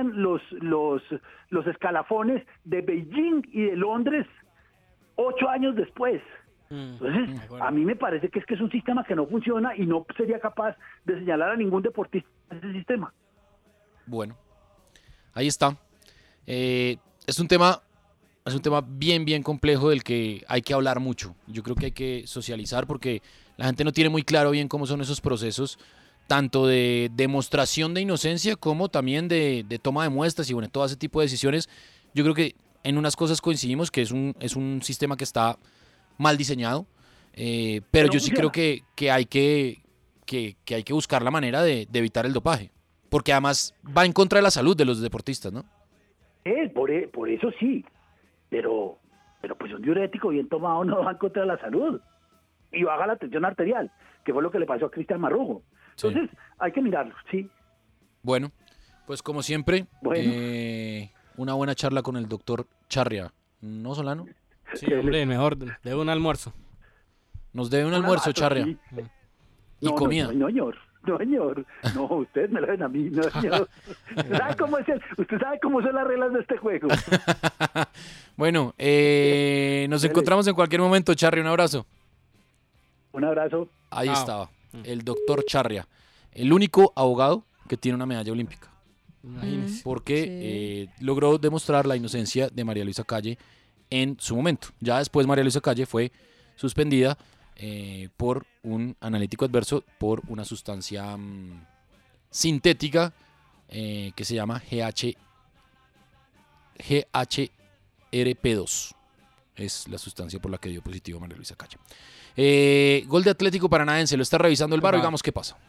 los escalafones de Beijing y de Londres 8 años después. Entonces, a mí me parece que es un sistema que no funciona y no sería capaz de señalar a ningún deportista en ese sistema. Bueno, ahí está. Es un tema bien, bien complejo del que hay que hablar mucho. Yo creo que hay que socializar porque la gente no tiene muy claro bien cómo son esos procesos, tanto de demostración de inocencia como también de toma de muestras y bueno, todo ese tipo de decisiones. Yo creo que en unas cosas coincidimos, que es un sistema que está mal diseñado, pero yo sí creo que hay que buscar la manera de evitar el dopaje, porque además va en contra de la salud de los deportistas, ¿no? Por eso sí, pero pues un diurético bien tomado no va en contra de la salud y baja la tensión arterial, que fue lo que le pasó a Cristian Marrujo. Entonces hay que mirarlo, sí. Bueno, pues como siempre, una buena charla con el doctor Charria, ¿no, Solano? Sí, hombre, mejor, debe un almuerzo. Nos debe un almuerzo, Charria. Sí. Y comida. No, señor. No, ustedes me lo ven a mí, no, señor. ¿Usted sabe cómo son las reglas de este juego? Bueno, nos encontramos en cualquier momento, Charria. Un abrazo. Un abrazo. Ahí estaba, el doctor Charria, el único abogado que tiene una medalla olímpica. Imagínese. Porque logró demostrar la inocencia de María Luisa Calle en su momento. Ya después María Luisa Calle fue suspendida por un analítico adverso por una sustancia sintética que se llama GHRP2. Es la sustancia por la que dio positivo María Luisa Calle. Gol de Atlético Paranaense, lo está revisando el VAR, oigamos qué pasa.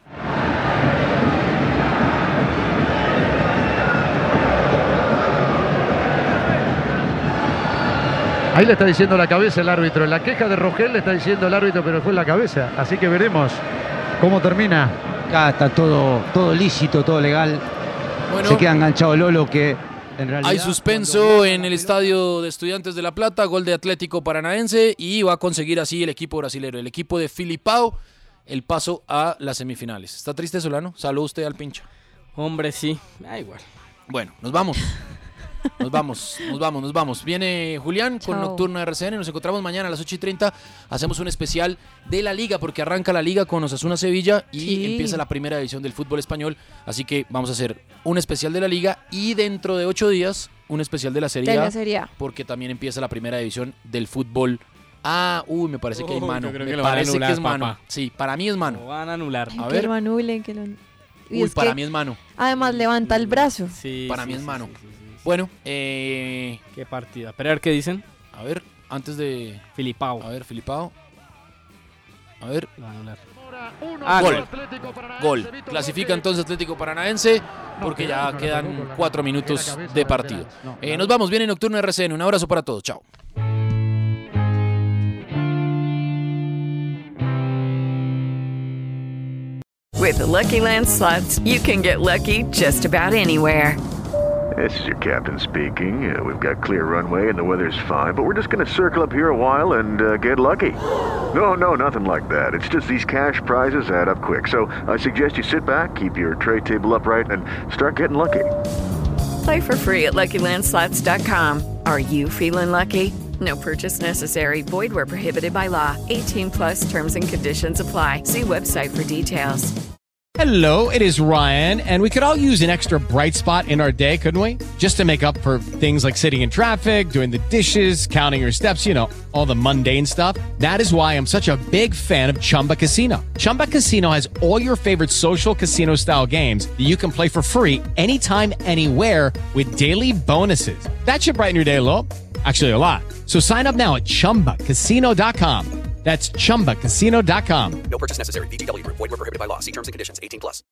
Ahí le está diciendo la cabeza el árbitro. La queja de Rogel le está diciendo el árbitro, pero fue la cabeza. Así que veremos cómo termina. Acá está todo lícito, todo legal. Bueno, se queda enganchado Lolo, que en realidad... Hay suspenso en el estadio de Estudiantes de La Plata, gol de Atlético Paranaense, y va a conseguir así el equipo brasileño, el equipo de Filipao, el paso a las semifinales. ¿Está triste, Solano? Saluda usted al pincho. Hombre, sí. Igual. Bueno, nos vamos. Nos vamos. Viene Julián con Nocturna RCN. Nos encontramos mañana a las 8:30. Hacemos un especial de la Liga porque arranca la Liga con Osasuna Sevilla y empieza la primera división del fútbol español. Así que vamos a hacer un especial de la Liga y dentro de 8 días un especial de la Serie A. Porque también empieza la primera división del fútbol. Me parece que hay mano. Me parece que es mano. Papá. Sí, para mí es mano. Lo van a anular. A ver. Que lo anulen, para mí es mano. Además levanta el brazo. Sí, para mí es mano. Bueno, qué partida. Pero a ver qué dicen. A ver, antes de Filipao. A ver, Filipao. A ver. Gol. Clasifica entonces Atlético Paranaense porque ya quedan 4 minutos de partido. Nos vamos, viene Nocturno RCN. Un abrazo para todos. Chao. With the Lucky Land Slots, you can get lucky just about anywhere. This is your captain speaking. We've got clear runway and the weather's fine, but we're just going to circle up here a while and get lucky. No, nothing like that. It's just these cash prizes add up quick. So I suggest you sit back, keep your tray table upright, and start getting lucky. Play for free at LuckyLandSlots.com. Are you feeling lucky? No purchase necessary. Void where prohibited by law. 18+ terms and conditions apply. See website for details. Hello, it is Ryan, and we could all use an extra bright spot in our day, couldn't we? Just to make up for things like sitting in traffic, doing the dishes, counting your steps, all the mundane stuff. That is why I'm such a big fan of Chumba Casino. Chumba Casino has all your favorite social casino-style games that you can play for free anytime, anywhere with daily bonuses. That should brighten your day a little. Actually, a lot. So sign up now at ChumbaCasino.com. That's ChumbaCasino.com. No purchase necessary. VGW Group. Void where prohibited by law. See terms and conditions. 18+.